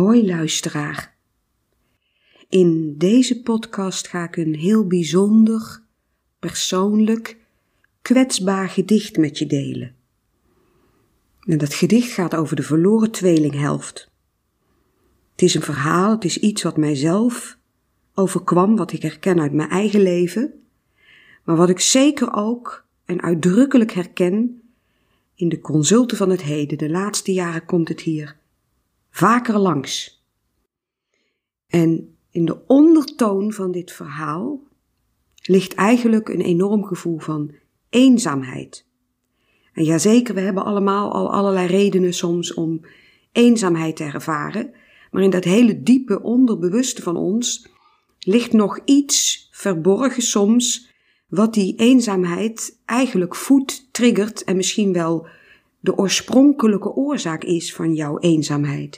Hoi luisteraar. In deze podcast ga ik een heel bijzonder, persoonlijk, kwetsbaar gedicht met je delen. En dat gedicht gaat over de verloren tweelinghelft. Het is een verhaal, het is iets wat mijzelf overkwam, wat ik herken uit mijn eigen leven, maar wat ik zeker ook en uitdrukkelijk herken in de consulten van het heden. De laatste jaren komt het hier vaker langs. En in de ondertoon van dit verhaal ligt eigenlijk een enorm gevoel van eenzaamheid. En jazeker, we hebben allemaal al allerlei redenen soms om eenzaamheid te ervaren, maar in dat hele diepe onderbewuste van ons ligt nog iets verborgen soms, wat die eenzaamheid eigenlijk voedt, triggert en misschien wel de oorspronkelijke oorzaak is van jouw eenzaamheid.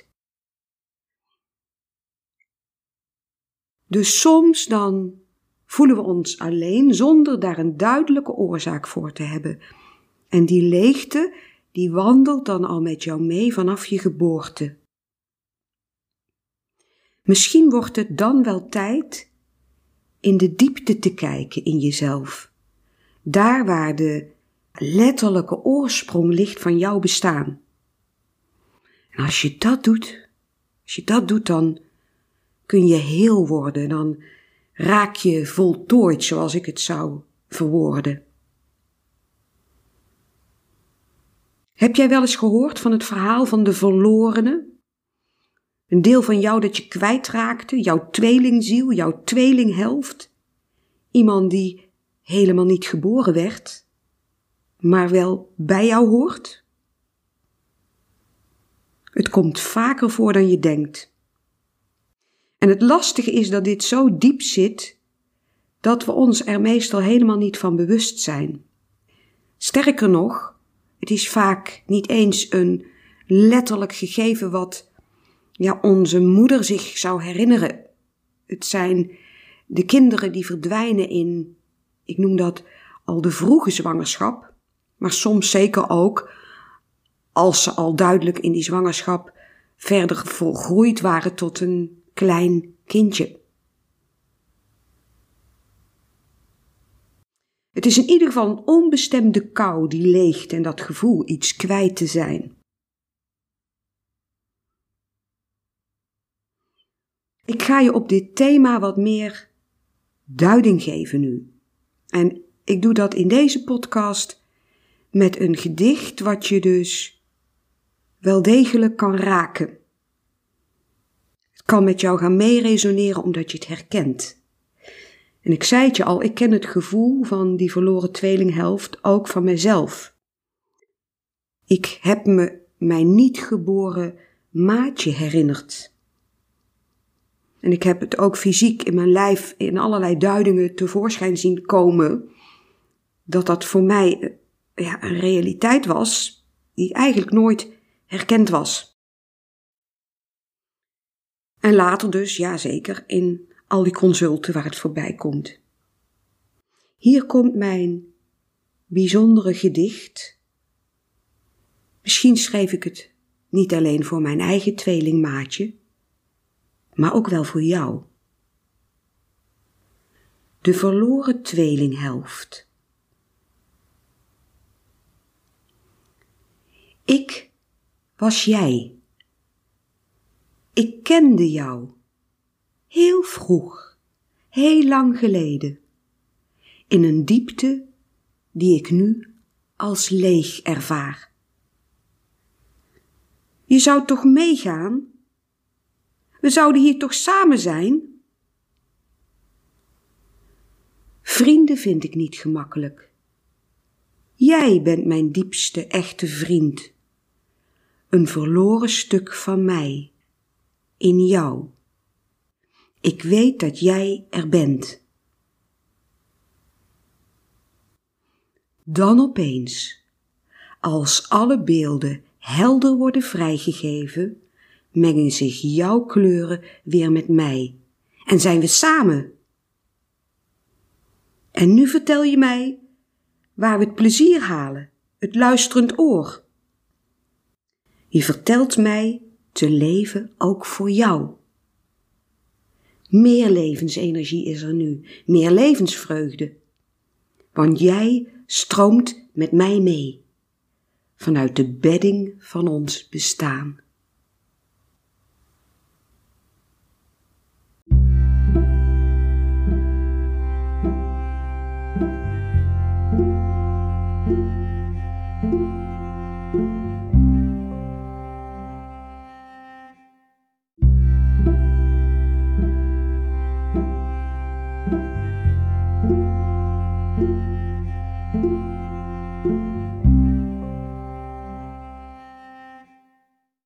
Dus soms dan voelen we ons alleen zonder daar een duidelijke oorzaak voor te hebben. En die leegte, die wandelt dan al met jou mee vanaf je geboorte. Misschien wordt het dan wel tijd in de diepte te kijken in jezelf. Daar waar de letterlijke oorsprong ligt van jouw bestaan. En als je dat doet, dan kun je heel worden, dan raak je voltooid, zoals ik het zou verwoorden. Heb jij wel eens gehoord van het verhaal van de verlorene? Een deel van jou dat je kwijtraakte, jouw tweelingziel, jouw tweelinghelft. Iemand die helemaal niet geboren werd, maar wel bij jou hoort? Het komt vaker voor dan je denkt. En het lastige is dat dit zo diep zit, dat we ons er meestal helemaal niet van bewust zijn. Sterker nog, het is vaak niet eens een letterlijk gegeven wat onze moeder zich zou herinneren. Het zijn de kinderen die verdwijnen in, ik noem dat al de vroege zwangerschap, maar soms zeker ook als ze al duidelijk in die zwangerschap verder volgroeid waren tot een klein kindje. Het is in ieder geval een onbestemde kou die leegt en dat gevoel iets kwijt te zijn. Ik ga je op dit thema wat meer duiding geven nu. En ik doe dat in deze podcast met een gedicht wat je dus wel degelijk kan raken. Het kan met jou gaan meeresoneren omdat je het herkent. En ik zei het je al, ik ken het gevoel van die verloren tweelinghelft ook van mezelf. Ik heb me mijn niet geboren maatje herinnerd. En ik heb het ook fysiek in mijn lijf in allerlei duidingen tevoorschijn zien komen, dat voor mij een realiteit was die eigenlijk nooit herkend was. En later dus, ja zeker, in al die consulten waar het voorbij komt. Hier komt mijn bijzondere gedicht. Misschien schreef ik het niet alleen voor mijn eigen tweelingmaatje, maar ook wel voor jou. De verloren tweelinghelft. Ik was jij. Ik kende jou. Heel vroeg, heel lang geleden. In een diepte die ik nu als leeg ervaar. Je zou toch meegaan? We zouden hier toch samen zijn? Vrienden vind ik niet gemakkelijk. Jij bent mijn diepste echte vriend. Een verloren stuk van mij. In jou. Ik weet dat jij er bent. Dan opeens, als alle beelden helder worden vrijgegeven, mengen zich jouw kleuren weer met mij en zijn we samen. En nu vertel je mij waar we het plezier halen, het luisterend oor. Je vertelt mij te leven ook voor jou. Meer levensenergie is er nu, meer levensvreugde. Want jij stroomt met mij mee, vanuit de bedding van ons bestaan.